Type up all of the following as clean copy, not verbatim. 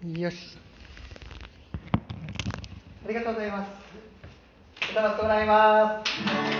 よし。ありがとうございます。歌わせてもらいます。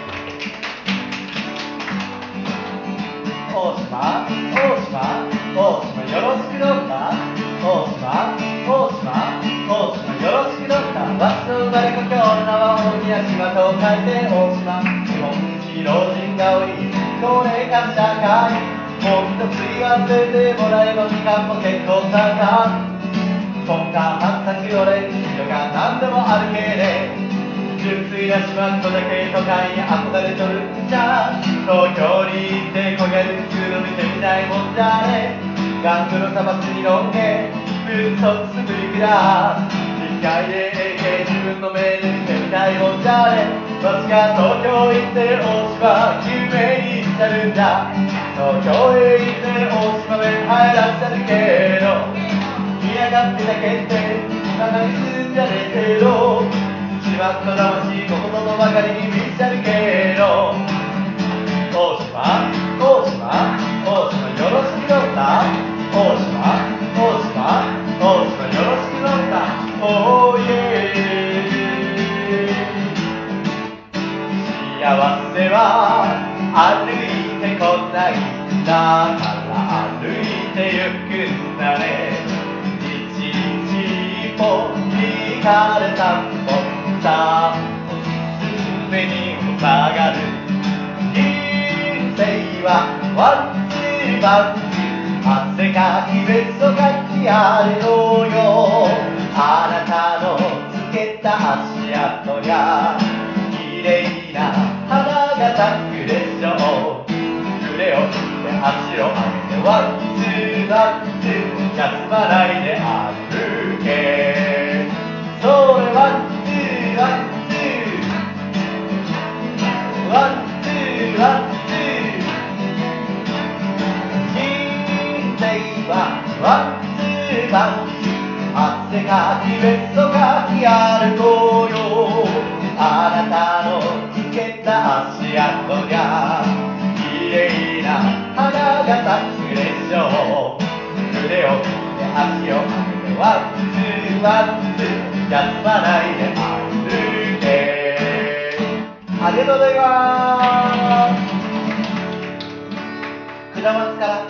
大島、大島、大島よろしくどうだ。大島、大島、大島よろしくどうだ。わしの生まれ故郷の名は大きな島と書いて大島。日本一老人が多い高齢化社会。もう一つ言わせてもらえば時間も結構盛ん。今回半先オレンジ色が何でもあるけれ純粋な島っ子だけ都会に憧れとるんじゃ。東京に行って焦げる普通の見てみたいもんじゃね。ガングロ砂漠にロン毛ブーツソックスブリクだ。一回でAK自分の目で見てみたいもんじゃね。わしが東京行って大島夢にしちゃるんだ。東京へ行って大島弁入らしちゃるけど嫌がってだけって中に住んじゃねえけどしまった魂心のばかりに見ちゃるけど大島、大島、大島よろしくどうだ。大島、大島、大島よろしくどうだ。おーイエーイ。幸せは歩いてこないんだから歩いてゆくんだね。一歩引かれたんぼさ目にも下がる人生はワンツーワンツー汗かきべそかきあれろよ。あなたのつけた足跡や綺麗な花が咲くでしょう。腕を振って足を上げてワンツーワンツー休まないで歩け。それワンツーワンツーワンツーワンツー人生はワンツーワンツー汗かきべそかき歩こうよ。あなたのつけた足跡が綺麗な花が咲くでしょう。腕を振って足を上げてワンツーワンツー休まないで歩け。ありがとうございます。下松から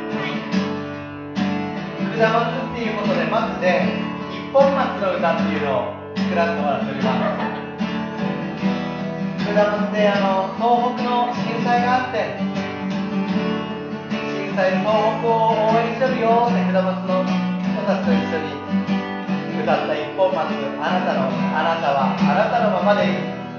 下松っていうことでまずね一本松の歌っていうのを作らせてもらっております。下松で東北の震災があって震災東北を応援してるよって下松の人たちと一緒に歌った一本松。あなたはあなたのままでいい。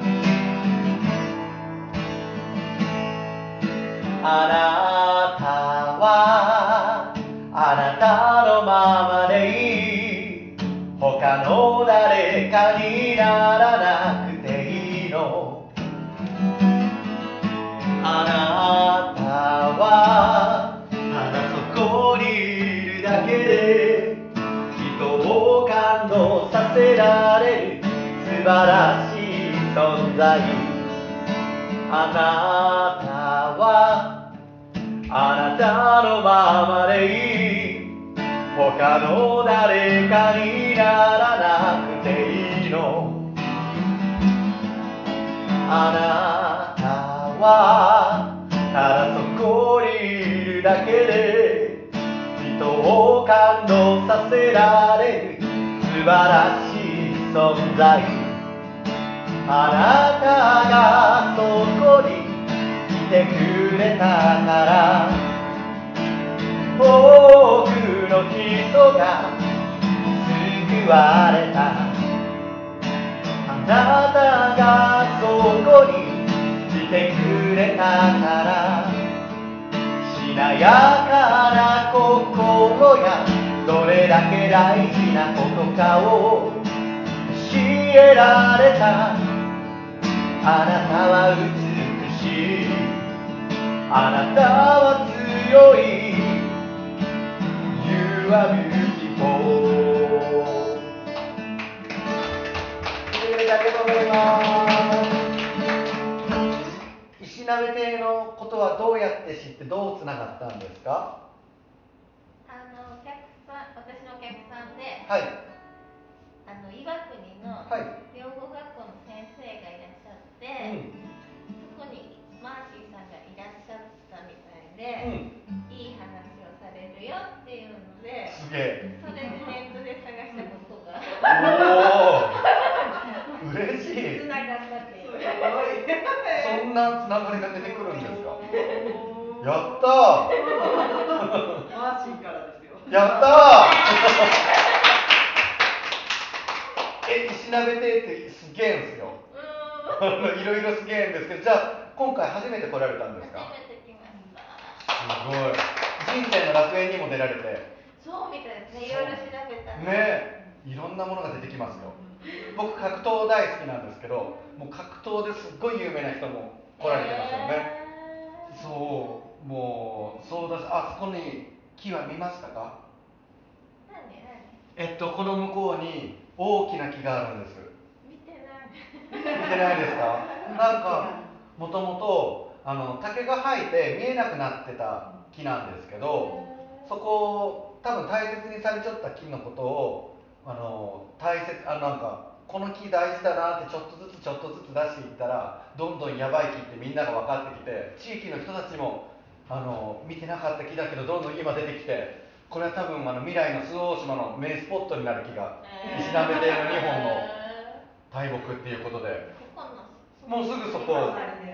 あなたはあなたのままでいい。他の誰かにならなくていいの。あなたはただそこにいるだけで人を感動させられる素晴らしい存在。あなたはあなたのままでいい。他の誰かにならなくていいの。あなたはただそこにいるだけで人を感動させられる素晴らしい存在。あなたがそこにいてくれたから多くの人が救われた。あなたがそこにいてくれたからしなやかな心やどれだけ大事なことかを教えられた。あなたは美しい。あなたは強い。 You are beautiful。 ありがとうございます。石鍋亭のことはどうやって知ってどうつながったんですか？ 私のお客さんではい岩国の養護学校の先生がいらっしゃって、そこにマーシーさんがいらっしゃったみたいで、いい話をされるよっていうので、 すげえ。 それでネットで探したことが。 おお、嬉しい。 つながったっていう。 そんなつながりが出てくるんですか。やったー。 マーシーからですよ。 やったー。石鍋亭ってすげえんですよ。いろいろすげえんですけど、じゃあ今回初めて来られたんですか。 初めて来ました。 すごい。人生の楽園にも出られて。 そうみたいですね。いろいろ調べたら。 ね、いろんなものが出てきますよ。僕格闘大好きなんですけど、もう格闘ですっごい有名な人も来られてますよね。そう、もうそうだし、あそこに木は見ましたか。この向こうに大きな木があるんです。 見てない。 見てないですか。なんかもともと竹が生えて見えなくなってた木なんですけど、そこを多分大切にされちゃった木のことをなんかこの木大事だなってちょっとずつちょっとずつ出していったら、どんどんやばい木ってみんなが分かってきて、地域の人たちも見てなかった木だけどどんどん今出てきて、これは多分未来の周防大島の名スポットになる木が、石鍋亭の2本の大木っていうことで、もうすぐそこ、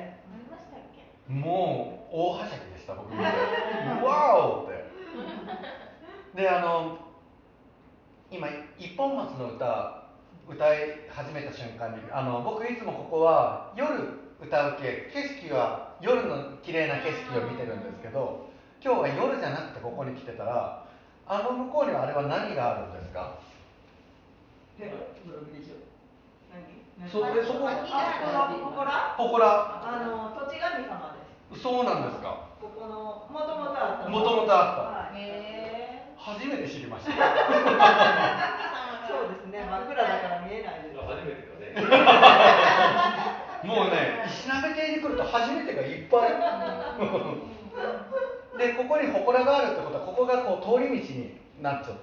もう大はしゃぎでした、僕見て。ワーオって。で今一本松の歌歌い始めた瞬間に僕いつもここは夜歌う景色は夜の綺麗な景色を見てるんですけど、今日は夜じゃなくてここに来てたら、向こうにはあれは何があるんですか。そこ祠、土地神様です。 そうなんですか。 ここのもともとあった。 もともとあった。初めて知りました。 そうですね。真っ暗だから見えないです。 初めてだもね。 うね、石鍋亭に来ると初めてがいっぱい。で、ここに祠があるってことは、ここがこう通り道になっちゃって、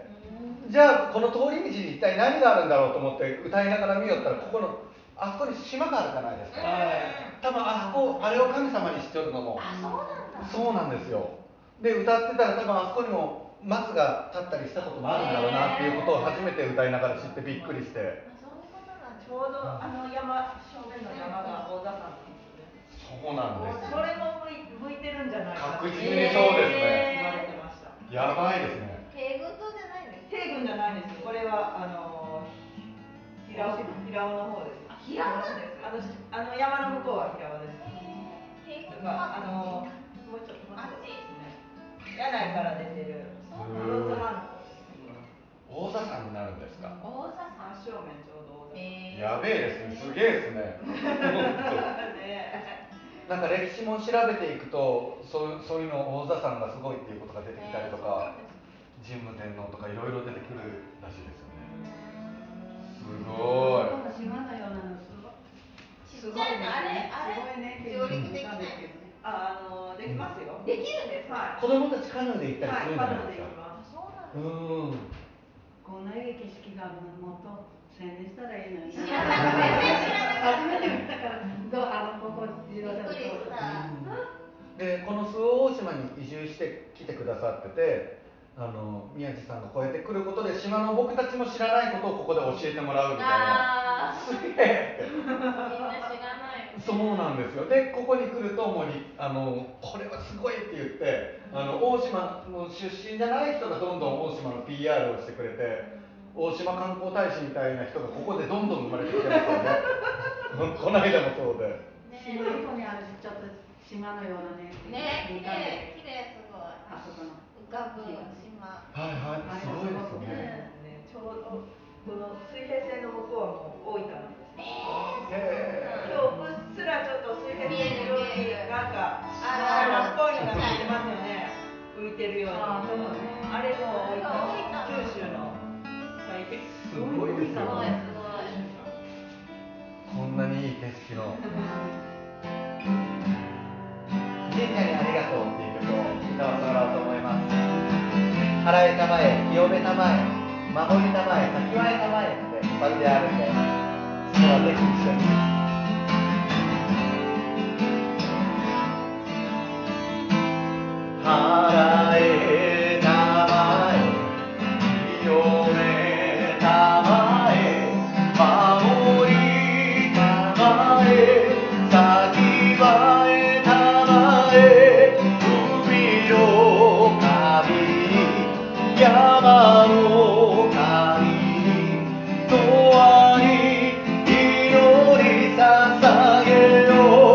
じゃあこの通り道に一体何があるんだろうと思って歌いながら見よったら、あそこに島があるじゃないですか。多分あれを神様にしておるのも。そうなんですよ。で、歌ってたら多分あそこにも松が立ったりしたこともあるんだろうなっていうことを初めて歌いながら知ってびっくりして。 ちょうど山正面の山が大座山なんですね。 そうなんです。 それも向いてるんじゃないか。 確実にそうですね。 言われてました。 やばいですね。 帝軍島じゃないんです。 帝軍じゃないんですよ。これは平尾の方です。 平尾なんです。 山の向こうは平尾です。 帝軍島もうちょっとあっちですね。柳井から出てる大座半島。 大座山になるんですか。 大座山正面ちょうど大座山。 やべえですね。すげえですね。なんか歴史も調べていくと、そういうの大座山がすごいっていうことが出てきたりとか、神武天皇とかいろいろ出てくるらしいですよね。すごい。 島のようなのすごい。 ちっちゃいのあれ上陸できない。 できますよ。 できるんです。 はい。 子供たちカヌーで行ったりするんじゃないですか。 こんないい景色がもっと宣伝したらいいのに。 知らない。 初めて見たからここ自動車で。 で、この周防大島に移住してきてくださってて、宮地さんがこうやって来ることで島の僕たちも知らないことをここで教えてもらうみたいな。すげえって。 みんな知らない。 そうなんですよ。で、ここに来るともうこれはすごいって言って、大島の出身じゃない人がどんどん大島の PR をしてくれて、大島観光大使みたいな人がここでどんどん生まれてきてますよね。この間もそうで。 島の方にあるちょっと島のようなね。 ね、綺麗すごい。 あそこの浮かぶ島。 はいはい、すごいですよね。 ちょうどこの水平線の向こうはもう大分なんです。今日うっすらちょっと水平線のようになんか白っぽいのが見えてますよね。浮いてるように。あれも九州の最近。 すごいですよね。こんなにいい景色の。神社にありがとうっていう曲を歌わせてもらおうと思います。払えたまえ、清めたまえ、 守りたまえ、先はえたまえってサビであるんで、そこはぜひ一緒に。払えたまえ、清めたまえ、守りたまえ、先はえたまえ、海の神に、山の神に、永遠に祈り捧げ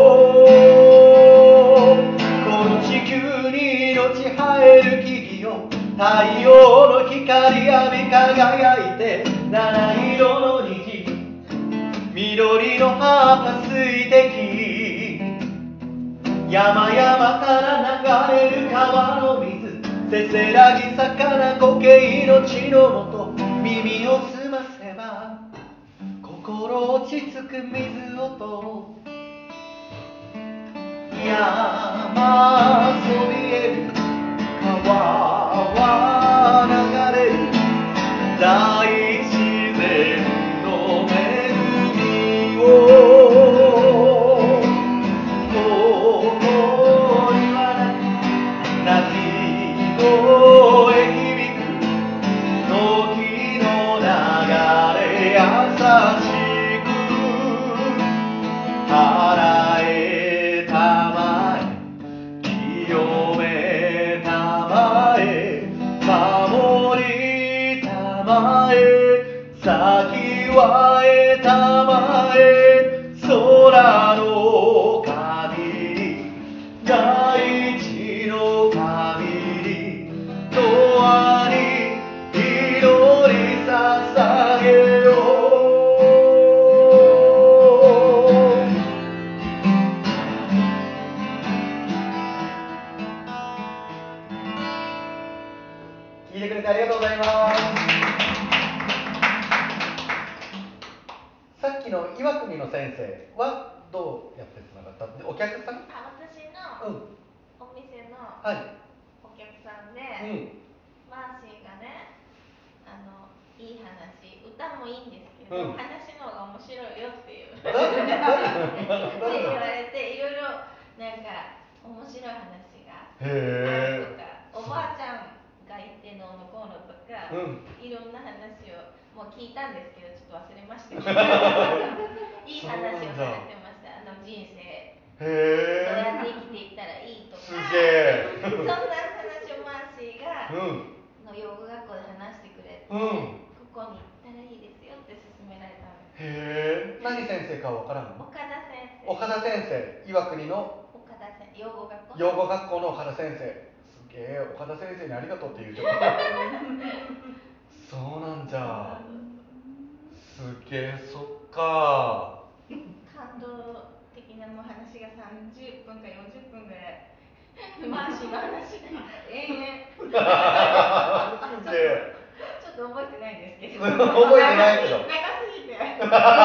よう。この地球に命生える木々を太陽の光浴び輝いて、七色の虹、緑の葉っぱ水滴、山々から流れる川の水、せせらぎ魚苔命のもと、耳を澄ませば心落ち着く水音、山そびえる川は流れる大自然の恵みを、ここには鳴き声響く時の流れ優しく払えたまえ、清めたまえ、守りたまえ、先はえたまえ、空の神に、大地の神に、永遠に祈り捧げよう。聞いてくれてありがとうございます。さっきの岩国の先生はどうやってつながったって、お客さん？ 私のお店のお客さんで、マーシーがね、いい話、歌もいいんですけど、話の方が面白いよっていうって言われて、いろいろなんか面白い話があるとか、おばあちゃんがいてのこうのとか、いろんな話をもう聞いたんですけど、ちょっと忘れましたけどいい話をされてました。人生どうやって生きていったらいいとか、そんな話をマーシーがの養護学校で話してくれて、ここに行ったらいいですよって勧められたんです。 へえ。何先生かわからんの？ 岡田先生。 岡田先生、岩国の岡田先生、養護学校。 養護学校の岡田先生。すげえ、岡田先生にありがとうって言うてもそうなんじゃ。すげえ、そっか。 感動的なもう話が30分か40分ぐらい。マーシーの話で延々ちょっと覚えてないんですけど覚えてないけど長すぎてへ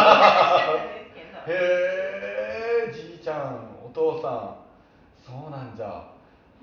え、じいちゃん、お父さん、そうなんじゃ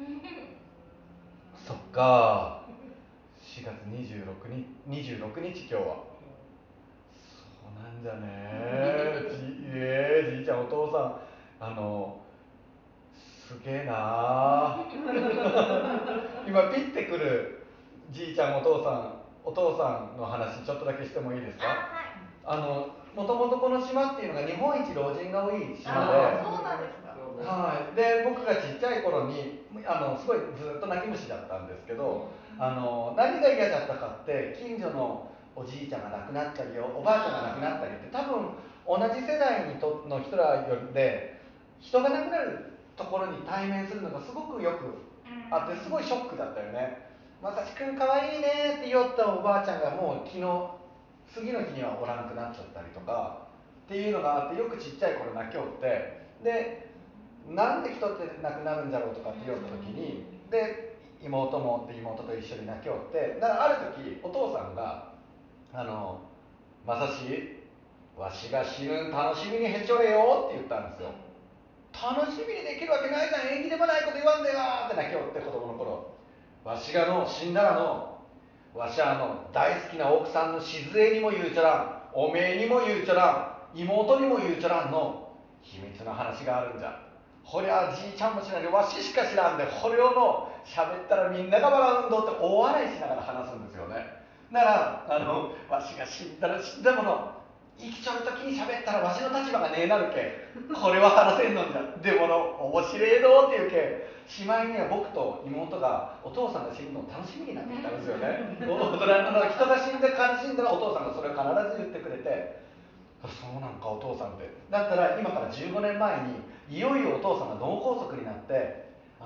そっか。4月26日今日はそうなんじゃねじいちゃん、お父さん、すげえな今ピッてくるじいちゃん、お父さんの話ちょっとだけしてもいいですか？もともとこの島っていうのが日本一老人が多い島で、 そうなんですか。 はい。で、僕がちっちゃい頃にすごいずっと泣き虫だったんですけど、何が嫌だったかって、近所のおじいちゃんが亡くなったりおばあちゃんが亡くなったりって、多分同じ世代の人らで人が亡くなるところに対面するのがすごくよくあって、すごいショックだったよね。まさしくんかわいいねって言ったおばあちゃんがもう次の日にはおらんくなっちゃったりとかっていうのがあって、よくちっちゃい頃泣きおって、でなんで人って亡くなるんだろうとかって言った時に、で妹もって妹と一緒に泣きおって、だからある時お父さんがまさしわしが死ぬ楽しみにへちょれよって言ったんですよ。楽しみにできるわけないじゃん、縁起でもないこと言わんでよって泣きおって、子供の頃、わしが死んだらわし大好きな奥さんの静江にも言うちょらん、おめえにも言うちょらん、妹にも言うちょらんの秘密の話があるんじゃ。こりゃじいちゃんも知らんでわししか知らんで、これをの喋ったらみんなが笑うんどって大笑いしながら話すんですよね。だからわしが死んだら死んだもの、生きちょる時に喋ったらわしの立場がねえなるけ、これは話せんのんじゃ。でも面白えのっていうけ、しまいには僕と妹がお父さんが死ぬのを楽しみになってきたんですよね。人が死んで悲しんだらお父さんがそれを必ず言ってくれて、そうなんかお父さんって。だったら今から15年前にいよいよお父さんが脳梗塞になって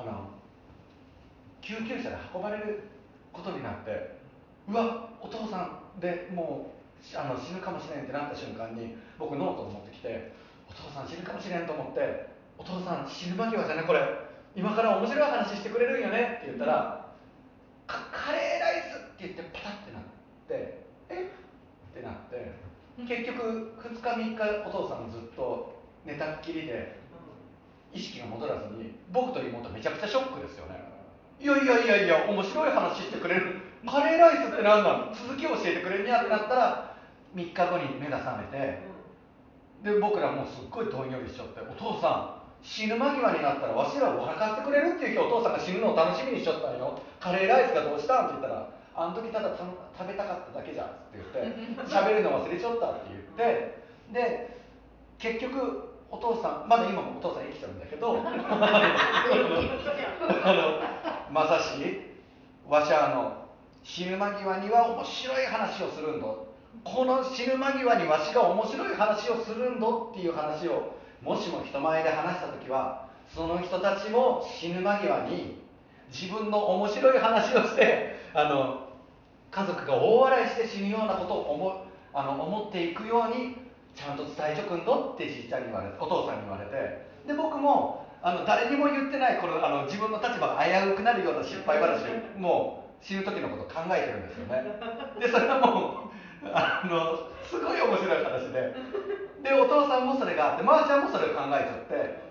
救急車で運ばれることになって、うわお父さんでもう死ぬかもしれんってなった瞬間に、僕ノートを持ってきて、お父さん死ぬかもしれんと思って、お父さん死ぬ間際じゃねこれ、今から面白い話してくれるんよねって言ったら、カレーライスって言ってパタッてなって、えってなって、結局2日3日お父さんずっと寝たっきりで意識が戻らずに、僕と妹めちゃくちゃショックですよね。いや面白い話してくれる、カレーライスって何なの、続き教えてくれるにゃってなったら、3日後に目が覚めて、で僕らもうすっごいどんよりしちゃって、お父さん死ぬ間際になったらわしらを笑かしてくれるっていう日、お父さんが死ぬのを楽しみにしちゃったんよ、カレーライスがどうしたんって言ったら、あの時ただ食べたかっただけじゃんって言って喋るの忘れちゃったって言って、で結局お父さん、まだ今もお父さん生きちゃうんだけどまさしわし死ぬ間際には面白い話をするんだ、この死ぬ間際にわしが面白い話をするんだっていう話をもしも人前で話した時は、その人たちも死ぬ間際に自分の面白い話をして家族が大笑いして死ぬようなことを思っていくようにちゃんと伝えちょくんどってじいちゃんに言われて、お父さんに言われて、で僕も誰にも言ってないこの自分の立場が危うくなるような失敗話をもう死ぬ時のことを考えてるんですよね。でそれはもうすごい面白い話で、お父さんもそれがあって、まーちゃんもそれを考えちゃって、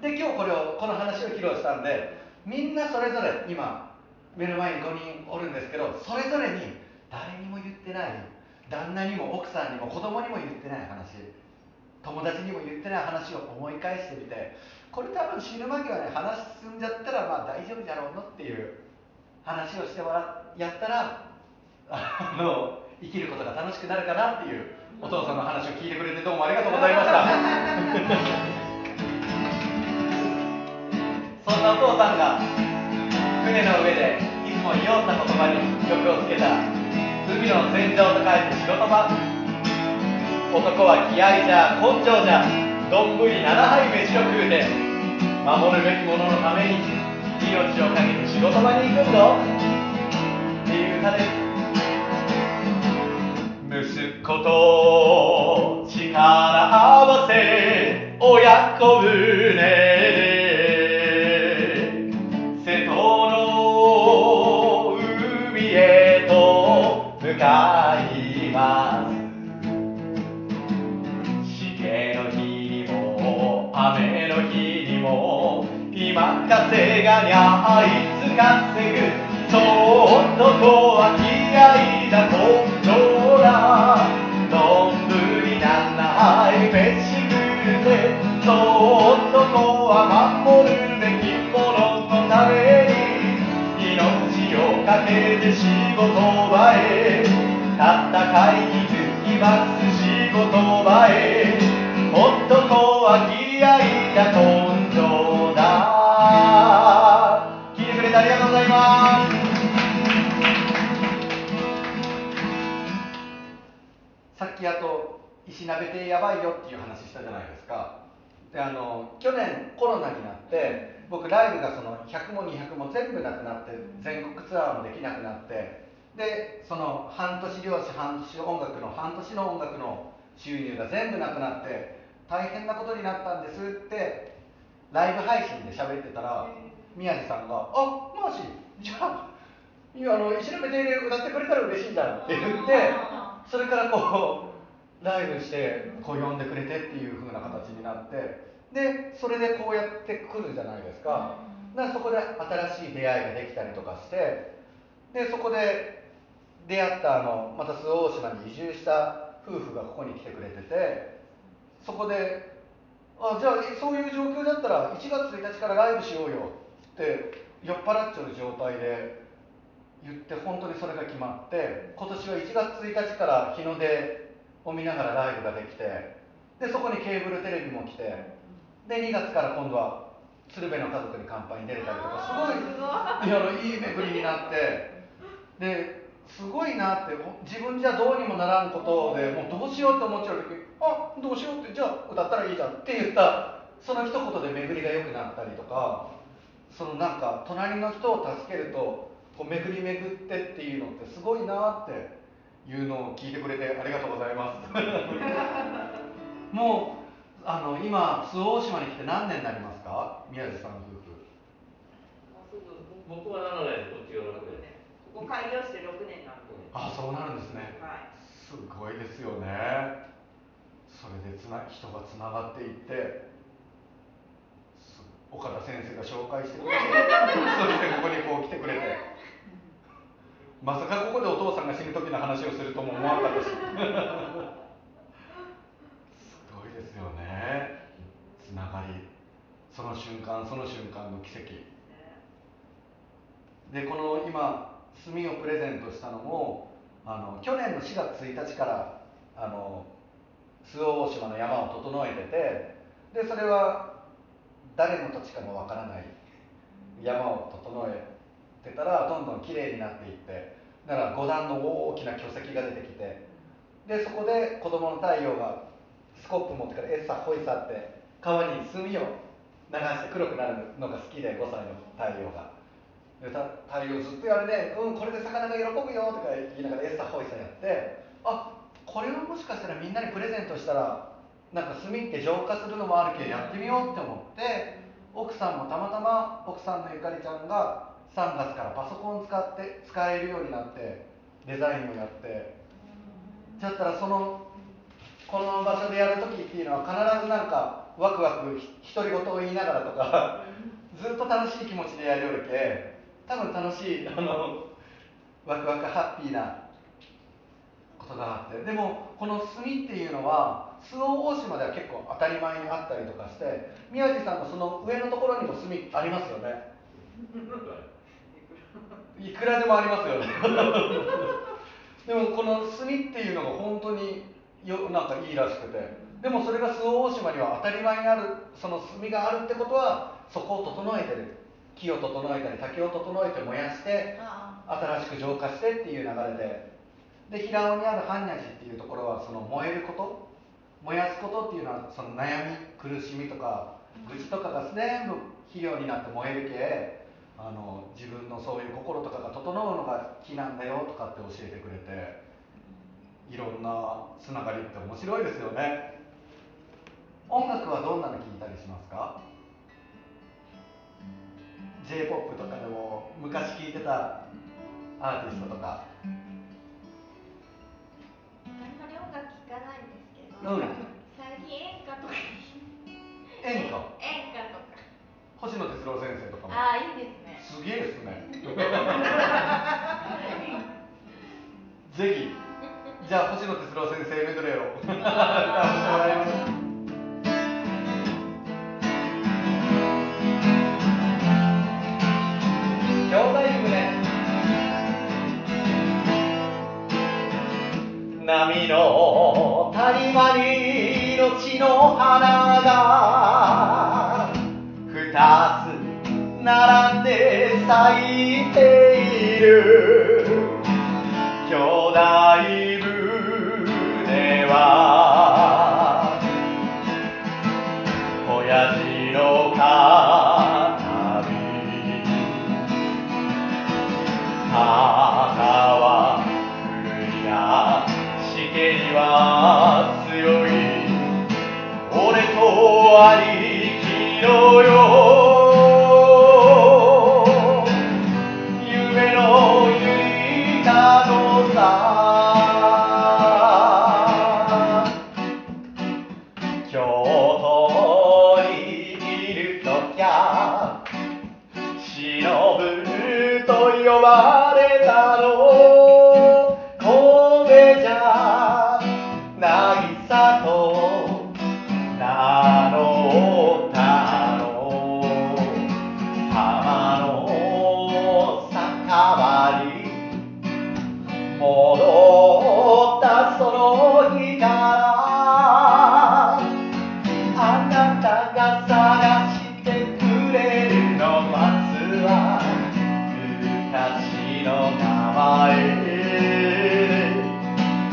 で今日この話を披露したんで、みんなそれぞれ今目の前に5人おるんですけど、それぞれに誰にも言ってない、旦那にも奥さんにも子供にも言ってない話、友達にも言ってない話を思い返してみて、これ多分死ぬ間際に話進んじゃったらまあ大丈夫じゃろうのっていう話をしてやったら生きることが楽しくなるかなっていう、お父さんの話を聞いてくれてどうもありがとうございましたそんなお父さんが船の上でいつも言おった言葉に曲をつけた海の戦場と書いて仕事場、男は気合じゃ根性じゃ、どんぶり7杯飯を食うて、守るべきもののために命をかけて仕事場に行くんだっていう歌です。息子と力合わせ親子船で瀬戸の海へと向かいます。しけの日にも雨の日にも今風がにゃあいつ稼ぐ、そう男は気合いだ根性だ、どんぶり7杯飯食うて、そう男は守るべきもののために命をかけて仕事場へ戦いに行きます。仕事場へ男は気合いだ根性だ。聞いてくれてありがとうございます。さっき石鍋亭やばいよっていう話したじゃないですか。で去年コロナになって僕ライブがその100も200も全部なくなって、全国ツアーもできなくなって、でその半年漁師半年の音楽の収入が全部なくなって大変なことになったんですってライブ配信で喋ってたら、宮地さんが「あ、マーシーじゃあ石鍋亭で歌ってくれたら嬉しいじゃん」って言って、それからライブして呼んでくれてっていう風な形になって、でそれでこうやってくるじゃないですか。だからそこで新しい出会いができたりとかして、でそこで出会ったまた周防大島に移住した夫婦がここに来てくれてて、そこでじゃあそういう状況だったら1月1日からライブしようよって酔っ払っちゃう状態で言って、本当にそれが決まって、今年は1月1日から日の出を見ながらライブができて、でそこにケーブルテレビも来て、で2月から今度は鶴瓶の家族に乾杯に出れたりとか、すごいいい巡りになって、ですごいなって、自分じゃどうにもならんことでもうどうしようと思っちゃう時、どうしようって、じゃあ歌ったらいいじゃんって言ったその一言で巡りが良くなったりとか、なんか隣の人を助けるとこう巡り巡ってっていうのってすごいなっていうのを聞いてくれてありがとうございますもう今周防大島に来て何年になりますか、宮地さん夫婦。 僕は7年、こっちが6年。 ここ開業して6年なんで。 そうなるんですね。 はい。 すごいですよね。それで人がつながっていって、岡田先生が紹介してくれてそしてここにこう来てくれて、まさかここでお父さんが死ぬ時の話をするとも思わなかったしすごいですよね、つながり、その瞬間その瞬間の奇跡で、この今炭をプレゼントしたのも去年の4月1日から周防大島の山を整えてて、でそれは誰の土地かもわからない山を整えてたらどんどんきれいになっていって、だから5段の大きな巨石が出てきて、でそこで子供の太陽がスコップ持ってからエッサホイサって川に炭を流して黒くなるのが好きで、5歳の太陽が太陽ずっとやるね、これで魚が喜ぶよとか言いながらエッサホイサやって、これをもしかしたらみんなにプレゼントしたらなんか炭って浄化するのもあるけどやってみようって思って、奥さんもたまたま奥さんのゆかりちゃんが3月からパソコンを使えるようになってデザインをやって、だったらこの場所でやるときっていうのは必ずなんかワクワク独り言を言いながらとかずっと楽しい気持ちでやるよるけ、多分楽しいワクワクハッピーなことがあって、でもこの炭っていうのは周防大島では結構当たり前にあったりとかして、宮地さんのその上のところにも炭ありますよね。いくらでもありますよねでもこの炭っていうのが本当になんかいいらしくて、でもそれが周防大島には当たり前にある、その炭があるってことはそこを整えてる、木を整えたり竹を整えて燃やして新しく浄化してっていう流れで、平尾にある般若寺っていうところはその燃えること、燃やすことっていうのはその悩み苦しみとか愚痴とかが全部肥料になって燃えるけ、自分のそういう心とかが整うのが木なんだよとかって教えてくれて、いろんなつながりって面白いですよね。音楽はどんなの聴いたりしますか？ J-POP とかでも昔聴いてたアーティストとか。 あんまり音楽聴かないんですけど、最近演歌とか演歌とか星野哲郎先生とかも。 いいですね。 すげえですねぜひじゃあ星野哲郎先生メドレーを歌わせてもらいます。兄弟船波の谷間に命の花が二つ並んで咲いている。兄弟船は親父の肩身、母は古いがしけには強い。俺と兄貴のよ夢のゆりかごさ。京都にいるときゃ忍と呼ばれたの。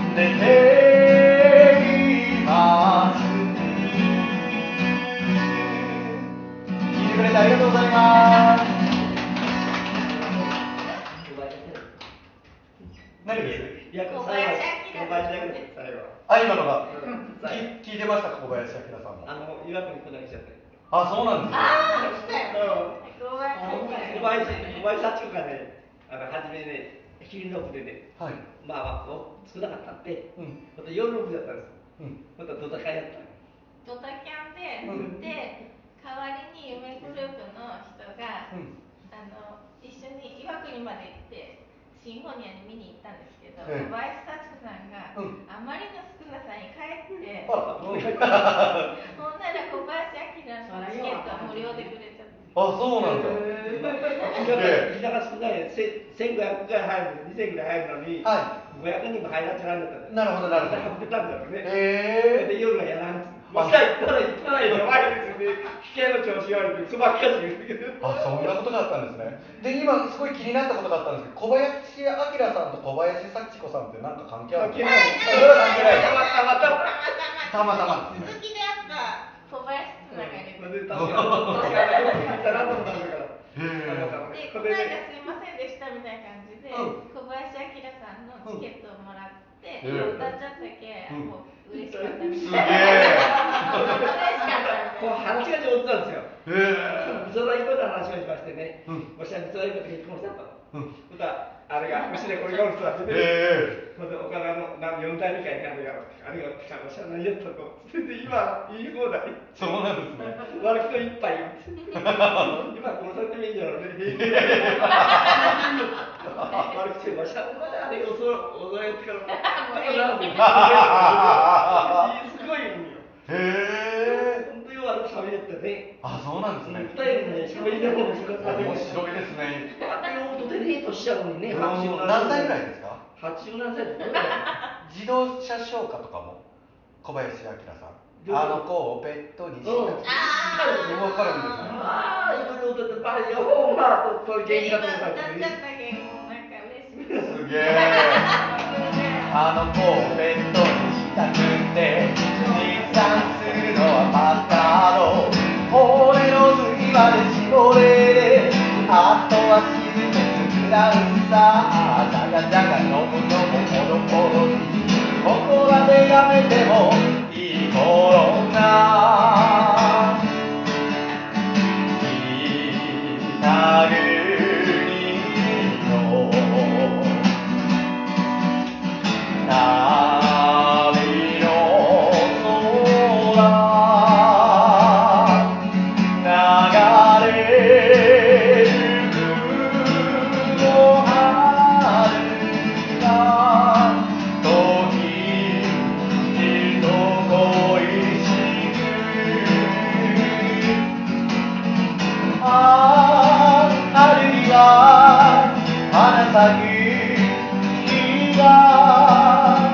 出ています。聞いてくれてありがとうございます。何です？ 小林明あ、今のが、聞いてましたか、小林明さんも。 岩国来なきゃって。 あ、そうなんですね。 小林幸子がね、初めね、昼の部でね、まあ、少なかったんで、また夜の部だったんです。またドタキャンやった。 ドタキャンで、代わりに夢グループの人が、一緒に岩国まで行って、シンフォニアに見に行ったんですけど、小林幸子さんが、あまりの少なさに帰って、ほんなら小林明のチケットは無料でくれちゃった。 あ、そうなんだ。 人が少ない、1500ぐらい入るのに、2000ぐらい入るのに、500人も入らせられたんだ。 なるほど、なるほど。 運べたんだろうね。で、夜はやらん。もしか行ったらやばいですよね。機械の調子悪くて、そばっかり言うけど。 あ、そんなことがあったんですね。で、今、すごい気になったことがあったんですけど、小林明さんと小林幸子さんって何か関係あるんですか？それは関係ない。たまたま。 続きであった小林つながりで。 確かに。 で、この間すいませんでしたみたいな感じで、小林明さんのチケットをもらって、歌っちゃったけ、もう嬉しかったみたいな。 すげえ。 もう話が上手なんですよ。美空ひばりの話をしましてね、もしは美空ひばりと結婚したと。あれが、もしね、これがおる人だってね、岡田の4代目かにあれが、もしは何やったと。それで今、言い放題。 そうなんですね。 悪くと一杯。今、殺されてもいいんだろうね。悪くて、もしはあれが驚いてから、すごい意味よ。本当に悪く喋ってね。 あ、そうなんですね。 歌えるね、喋りでも面白いですね。 あれをとてねえとしちゃうのにね、 何歳ぐらいですか ？80何歳ですか？自動車唱歌とかも小林明さん。あの子をペットにした。分かるんですね。 ああ、いろいろ歌ってバリオーバーと元気が取れたんですね。すげえ。あの子をペットにしたくて持参するのはマスタード。骨の髄まで絞れ。あとは静めつくらんさ。じゃがじゃが飲むのもほどほどに。ここらでやめてもいい頃な。北国の旅の空流れる雲春が時人恋しく春には花咲く日が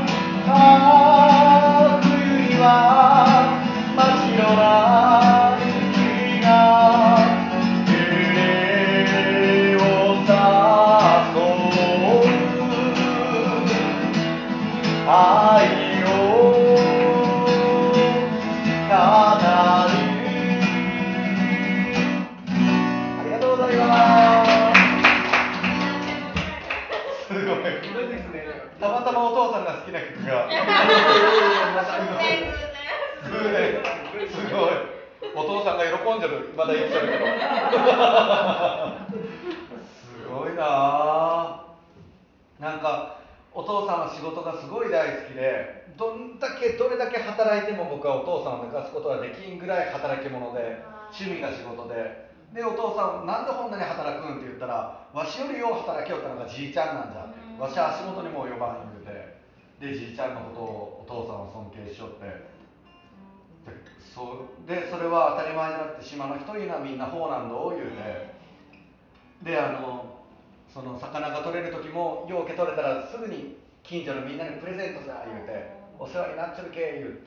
冬には真っ白な雪が揺れを誘う愛を語る。ありがとうございます。すごい。たまたまお父さんが好きな曲がすごい。お父さんが喜んでる。まだ言っちゃうけどすごいな。なんかお父さんの仕事がすごい大好きで、どれだけ働いても僕はお父さんを抜かすことはできんぐらい働き者で、趣味が仕事で。で、お父さん、なんでこんなに働くんって言ったら、わしよりよう働きよったのがじいちゃんなんじゃって。わしは足元にも及ばん言うて。で、じいちゃんのことをお父さんを尊敬しよって。それは当たり前じゃなくて、島の人いうのはみんなこうなんだ言うて。で、その魚が取れる時も、ようけ取れたらすぐに近所のみんなにプレゼントさ言うて、お世話になっちゃるけ言って。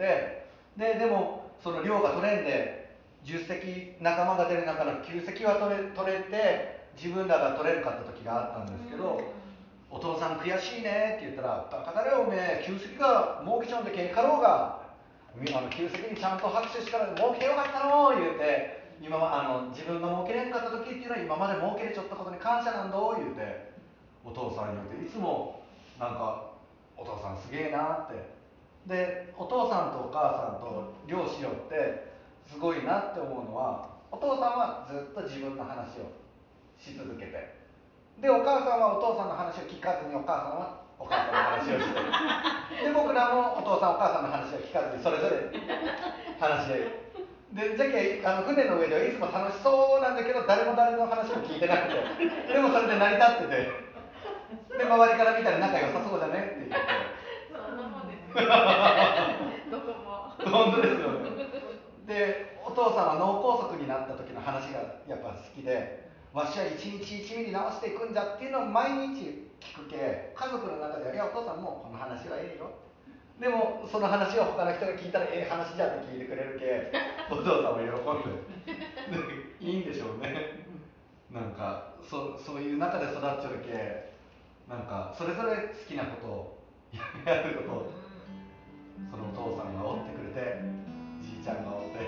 でも、その漁が取れんで、10隻仲間が出る中の9隻は取れて自分らが取れるかった時があったんですけど、 お父さん悔しいねって言ったら、バカだよおめえ、旧石が儲けちゃうんでけんかろうが、旧石にちゃんと拍手しから儲けてよかったの言うて、今自分が儲けれんかった時っていうのは今まで儲けれちゃったことに感謝なんだ言うて、お父さんに言うて、いつもなんかお父さんすげえなって。でお父さんとお母さんと漁師よってすごいなって思うのは、お父さんはずっと自分の話をし続けて、でお母さんはお父さんの話を聞かずにお母さんはお母さんの話をしてで僕らもお父さんお母さんの話を聞かずにそれぞれ話してで、じゃけ船の上ではいつも楽しそうなんだけど誰も誰の話も聞いてなくて、でもそれで成り立ってて、で周りから見たら仲良さそうだねって言ってそんなもんですよどこも本当ですよね。でお父さんは脳梗塞になった時の話がやっぱ好きで、わしは一日1ミリ直していくんじゃっていうのを毎日聞くけ、家族の中では、いやお父さんもうこの話はええよ、でもその話を他の人が聞いたらええ話じゃって聞いてくれるけ、お父さんも喜んでいいんでしょうね。なんかそういう中で育っちゃうけ、なんかそれぞれ好きなことをやることをそのお父さんが追ってくれて、じいちゃんが追って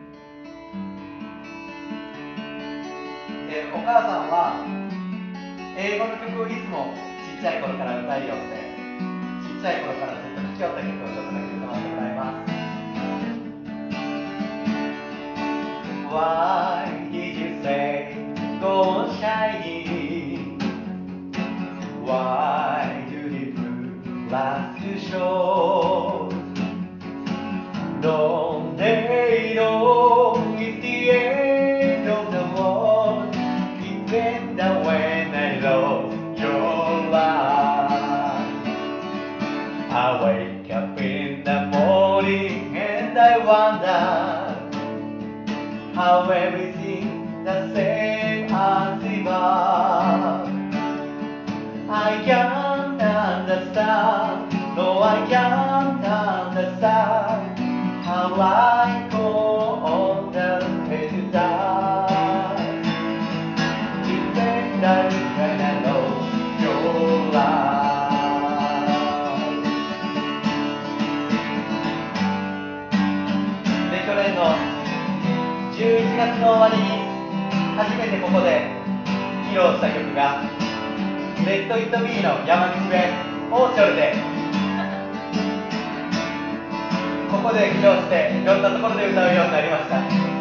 で、お母さんは英語の曲をいつもちっちゃい頃から歌いよって、ちっちゃい頃からずっと聴きよった曲をちょっとだけ歌わせてもらいます。 Why did you say go on shining? Why do the blue last to show? Don't they know it's the end of the world? It went down when I lost your light. I wake up in the morning and I wonder how everything the same as it was. I can't understand, no I can't understand how I go on the way to die. It went down when I lost your light. で、去年の11月の終わりに初めてここで披露した曲がレッド・イット・ビーの山口弁オーチョルで、ここで披露していろんなところで歌うようになりました。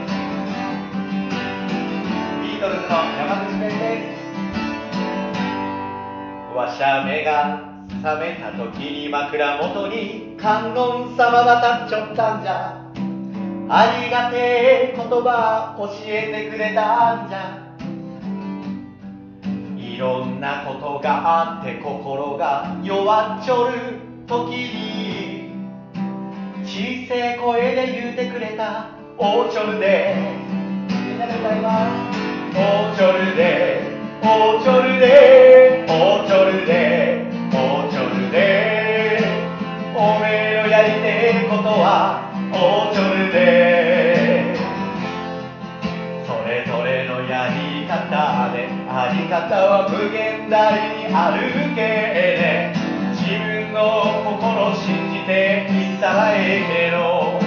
ビートルズの山口弁です。わしゃ目が覚めた時に枕元に観音様が立っちょったんじゃ、ありがてえ言葉教えてくれたんじゃ、いろんなことがあって心が弱っちょる時に小さい声で言うてくれたオーチョルで、みんなで歌います。オーチョルでオーチョルでオーチョルでオーチョルで、おめえのやりてえことはオーチョルで、それぞれのやり方であり方は無限大にあるけね、自分の心を信じていったらええけど、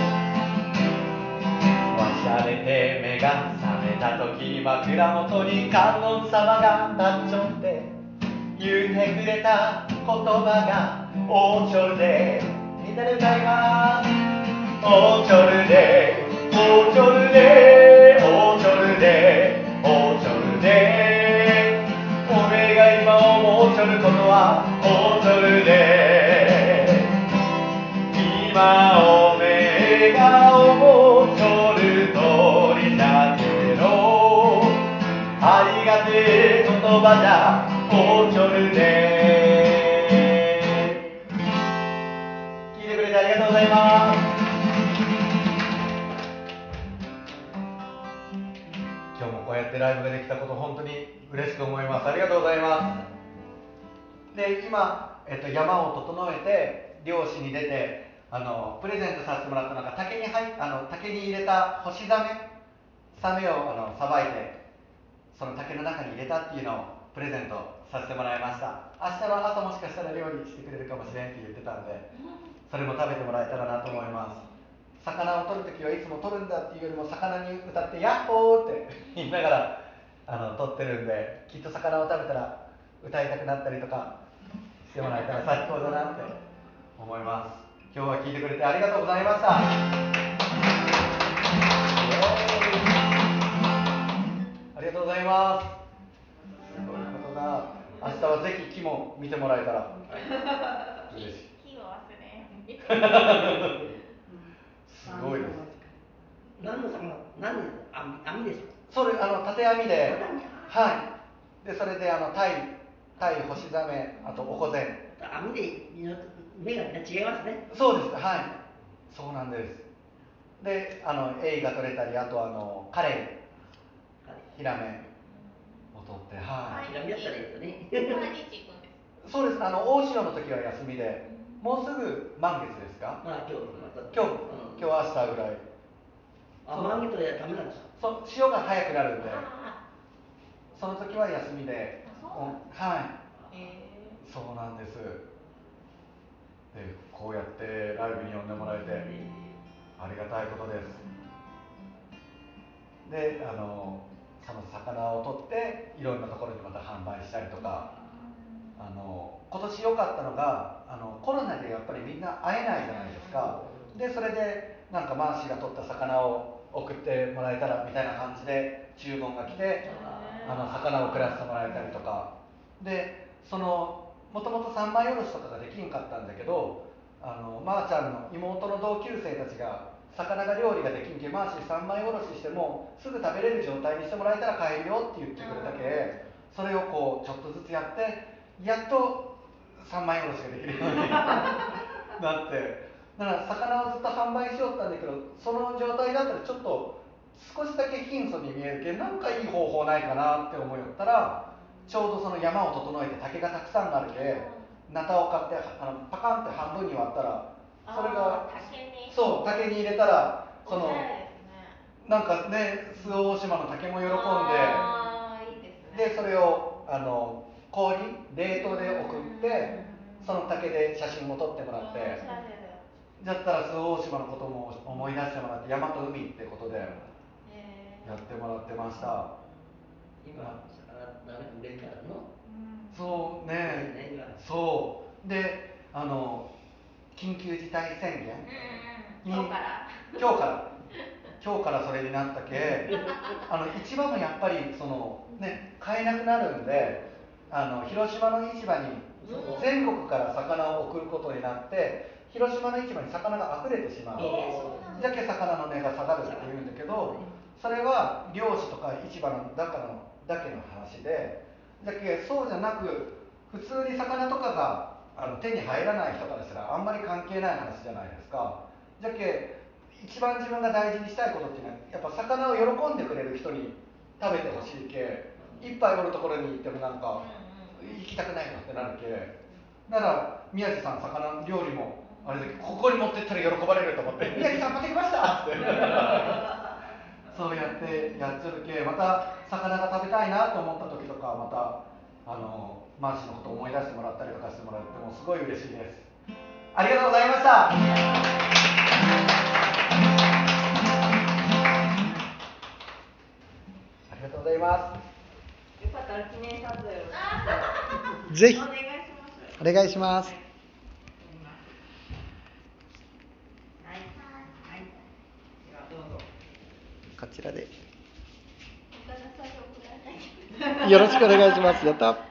わしゃれて目が覚めた時に枕元に観音様が立っちょって言うてくれた言葉がオーチョルで、みんなで歌います。オーチョルでオーチョルでオーチョルでオーチョルで、おめえが今思うちょることはオーチョルで、今おめえが思うちょる通りだけど、ありがてえ言葉じゃオーチョルで。聞いてくれてありがとうございます。今日もこうやってライブができたこと本当に嬉しく思います。ありがとうございます。で、今、山を整えて漁師に出てプレゼントさせてもらったのが竹に入れた干しサメをさばいてその竹の中に入れたっていうのをプレゼントさせてもらいました。明日の朝もしかしたら料理してくれるかもしれんって言ってたんで、それも食べてもらえたらなと思います。魚を取るときはいつも取るんだっていうよりも魚に歌ってヤッホーって言いながら取ってるんで、きっと魚を食べたら歌いたくなったりとかしてもらえたら最高だなって思います。今日は聞いてくれてありがとうございました。ありがとうございます。すごいことだ。明日はぜひ木も見てもらえたら嬉しい。 木を忘れすごいです。 何の魚？網ですか？ それ縦網で、はい。でそれでタイ、干しザメ、あとおこぜ。 網で目が違いますね。 そうです。はい。そうなんです。でエイが取れたり、あとカレイ、ヒラメを取って、はい。 ヒラメだったらいいですよね。 そうです。大潮の時は休みで、もうすぐ満月ですか？今日明日ぐらい。 満月はダメなんですか？ 潮が早くなるんで、その時は休みで、はい、そうなんです。でこうやってライブに呼んでもらえてありがたいことです。でその魚を取っていろんなところにまた販売したりとか、今年良かったのがコロナでやっぱりみんな会えないじゃないですか。でそれでなんかマーシーが取った魚を送ってもらえたらみたいな感じで注文が来て、魚を送らせてもらえたりとかで、もともと三枚おろしとかができんかったんだけど、まーちゃんの妹の同級生たちが魚が料理ができんけ、マーシー三枚おろししてもすぐ食べれる状態にしてもらえたら買えるよって言ってくれたけ、それをこうちょっとずつやってやっと三枚おろしができるようになって、だから魚をずっと販売しよったんだけど、その状態だったらちょっと少しだけ貧相に見えるけど、なんかいい方法ないかなって思いよったら、ちょうどその山を整えて竹がたくさんあるけ、ナタを買ってパカンって半分に割ったら、それが竹に入れたら、なんかね、周防大島の竹も喜んで、でそれを冷凍で送って、その竹で写真も撮ってもらって、だったら周防大島のことも思い出してもらって、山と海ってことでやってもらってました。今そうね、そうで緊急事態宣言に今日からそれになったけ市場もやっぱり買えなくなるんで、広島の市場に全国から魚を送ることになって、広島の市場に魚が溢れてしまう、じゃけ魚の値が下がるっていうんだけど、それは漁師とか市場のだけの話で、だけそうじゃなく普通に魚とかが手に入らない人からしたらあんまり関係ない話じゃないですか。じゃけ一番自分が大事にしたいことっていうのは、やっぱ魚を喜んでくれる人に食べてほしいけ、一杯おるところに行ってもなんか行きたくないのってなるけ、だから宮地さん魚料理もあれだけここに持ってったら喜ばれると思って宮地さん買ってきましたってそうやってやっちゃるけ、また魚が食べたいなと思った時とか、またマーシーのことを思い出してもらったりとかしてもらってもすごい嬉しいです。ありがとうございました。ありがとうございます。 よかったら記念撮影をぜひお願いします。 こちらでよろしくお願いします。やった。